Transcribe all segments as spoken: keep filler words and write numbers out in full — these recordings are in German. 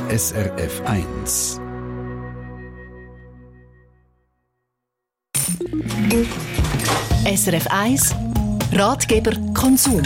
S R F eins. S R F eins Ratgeber Konsum.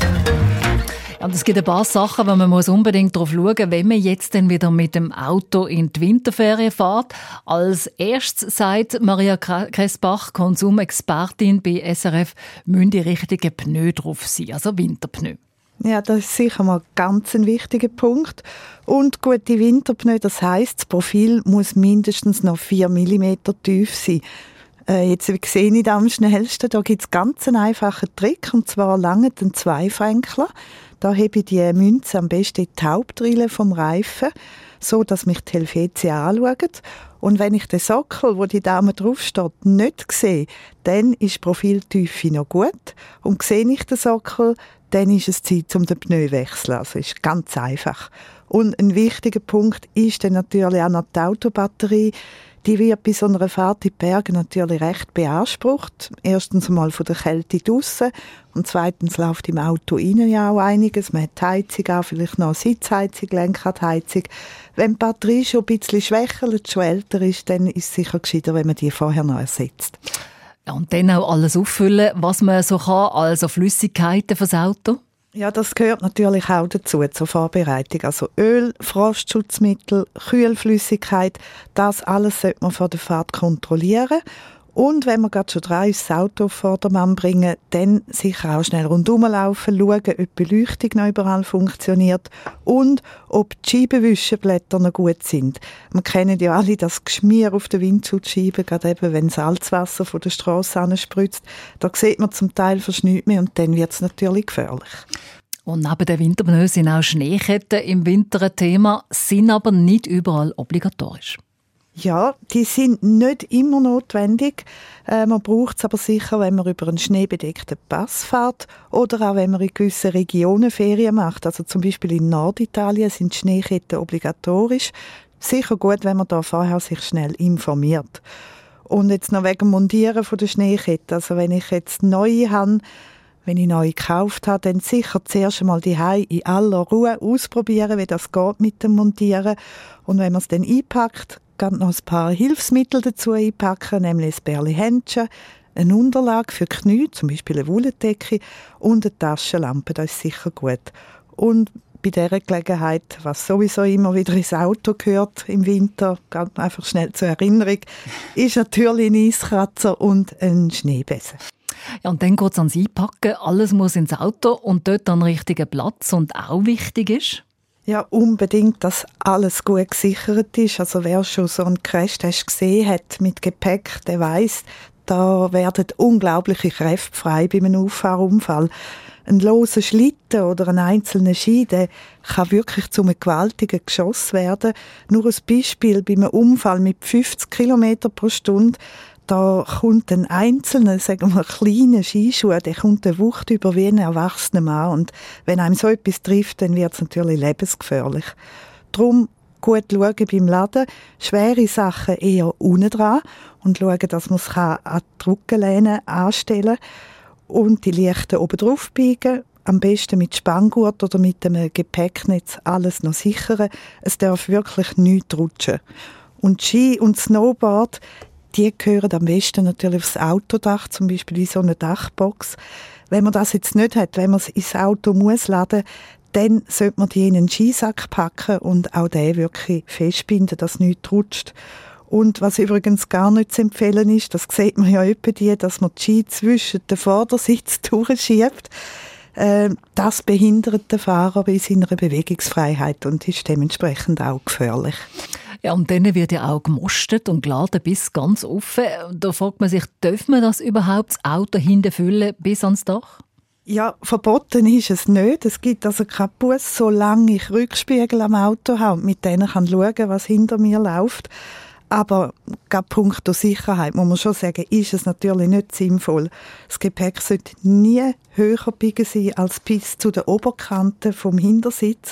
Und es gibt ein paar Sachen, wo man muss unbedingt darauf schauen muss, wenn man jetzt dann wieder mit dem Auto in die Winterferien fährt. Als erstes sagt Maria Kressbach, Konsumexpertin bei S R F, müssen die richtigen Pneu drauf sein, also Winterpneu. Ja, das ist sicher mal ganz ein wichtiger Punkt. Und gute Winterpneu, das heisst, das Profil muss mindestens noch vier Millimeter tief sein. Äh, jetzt sehe ich da am schnellsten, da gibt es ganz einen einfachen Trick, und zwar langt ein Zweifränkler. Da hebe ich die Münze am besten in die Hauptrille vom Reifen, so dass mich die Helvetia anschaut. Und wenn ich den Sockel, wo die Dame draufsteht, nicht sehe, dann ist die Profiltiefe noch gut. Und sehe ich den Sockel, dann ist es Zeit, um den Pneu zu wechseln. Also ist ganz einfach. Und ein wichtiger Punkt ist dann natürlich auch noch die Autobatterie. Die wird bei so einer Fahrt in die Berge natürlich recht beansprucht. Erstens mal von der Kälte draussen und zweitens läuft im Auto innen ja auch einiges. Man hat die Heizung an, vielleicht noch eine Sitzheizung, Lenkradheizung. Wenn die Batterie schon ein bisschen schwächelt, schon älter ist, dann ist es sicher gescheiter, wenn man die vorher noch ersetzt. Ja, und dann auch alles auffüllen, was man so kann, also Flüssigkeiten fürs Auto? Ja, das gehört natürlich auch dazu, zur Vorbereitung. Also Öl, Frostschutzmittel, Kühlflüssigkeit, das alles sollte man vor der Fahrt kontrollieren. Und wenn wir gerade schon dran ist, das Auto auf Vordermann bringen, dann sicher auch schnell rundherum laufen, schauen, ob die Beleuchtung noch überall funktioniert und ob die Scheibenwischeblätter noch gut sind. Wir kennen ja alle das Geschmier auf der Windschutzscheibe, gerade eben, wenn Salzwasser von der Strasse anspritzt. Da sieht man zum Teil fast nichts mehr und dann wird es natürlich gefährlich. Und neben den Winterpneu sind auch Schneeketten im Winter ein Thema, sind aber nicht überall obligatorisch. Ja, die sind nicht immer notwendig. Äh, man braucht es aber sicher, wenn man über einen schneebedeckten Pass fährt oder auch wenn man in gewissen Regionen Ferien macht. Also zum Beispiel in Norditalien sind Schneeketten obligatorisch. Sicher gut, wenn man da vorher sich schnell informiert. Und jetzt noch wegen dem Montieren von der Schneekette. Also wenn ich jetzt neue habe, wenn ich neu gekauft habe, dann sicher zuerst einmal die Hause in aller Ruhe ausprobieren, wie das geht mit dem Montieren. Und wenn man es dann einpackt, kann noch ein paar Hilfsmittel dazu einpacken, nämlich ein Bärli Händchen, eine Unterlage für die Knie, zum Beispiel eine Wolldecke und eine Taschenlampe, das ist sicher gut. Und bei dieser Gelegenheit, was sowieso immer wieder ins Auto gehört im Winter, ganz einfach schnell zur Erinnerung, ist natürlich ein Eiskratzer und ein Schneebesen. Ja, und dann geht es ans Einpacken. Alles muss ins Auto und dort an den richtigen Platz. Und auch wichtig ist? Ja, unbedingt, dass alles gut gesichert ist. Also wer schon so einen Crashtest gesehen hat mit Gepäck, der weiss, da werden unglaubliche Kräfte frei bei einem Auffahrunfall. Ein loser Schlitten oder ein einzelner Ski, der kann wirklich zu einem gewaltigen Geschoss werden. Nur ein Beispiel, bei einem Unfall mit fünfzig Kilometer pro Stunde, da kommt ein einzelner, sagen wir, kleiner Skischuh, der kommt eine Wucht über wie ein erwachsener Mann. Und wenn einem so etwas trifft, dann wird es natürlich lebensgefährlich. Darum gut schauen beim Laden, schwere Sachen eher unten dran und schauen, dass man es an die Rückenlehne anstellen kann und die leichten oben drauf biegen. Am besten mit Spanngurt oder mit einem Gepäcknetz alles noch sichern. Es darf wirklich nichts rutschen. Und Ski und Snowboard, die gehören am besten natürlich aufs Autodach, zum Beispiel in so eine Dachbox. Wenn man das jetzt nicht hat, wenn man es ins Auto muss laden, dann sollte man die in einen Skisack packen und auch den wirklich festbinden, dass nichts rutscht. Und was übrigens gar nicht zu empfehlen ist, das sieht man ja etwa die, dass man die Ski zwischen den Vordersitz durchschiebt. Äh, das behindert den Fahrer bei seiner Bewegungsfreiheit und ist dementsprechend auch gefährlich. Ja, und dann wird ja auch gemostet und geladen bis ganz offen. Da fragt man sich, darf man das überhaupt, das Auto hinten füllen bis ans Dach? Ja, verboten ist es nicht. Es gibt also keinen Bus, solange ich Rückspiegel am Auto habe und mit denen kann schauen, was hinter mir läuft. Aber gerade punkto Sicherheit muss man schon sagen, ist es natürlich nicht sinnvoll. Das Gepäck sollte nie höher biegen sein als bis zu der Oberkante vom Hintersitz.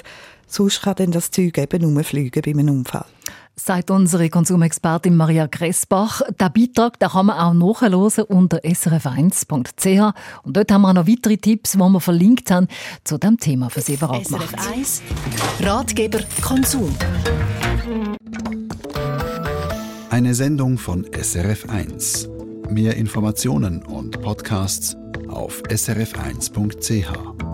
Sonst kann dann das Zeug eben rumfliegen bei einem Unfall. Sagt unsere Konsumexpertin Maria Gressbach. Den Beitrag den kann man auch nachhören unter s r f eins punkt c h. Und dort haben wir auch noch weitere Tipps, die wir verlinkt haben, zu diesem Thema für Sie bereit gemacht. S R F eins Ratgeber Konsum. Eine Sendung von S R F eins. Mehr Informationen und Podcasts auf s r f eins punkt c h.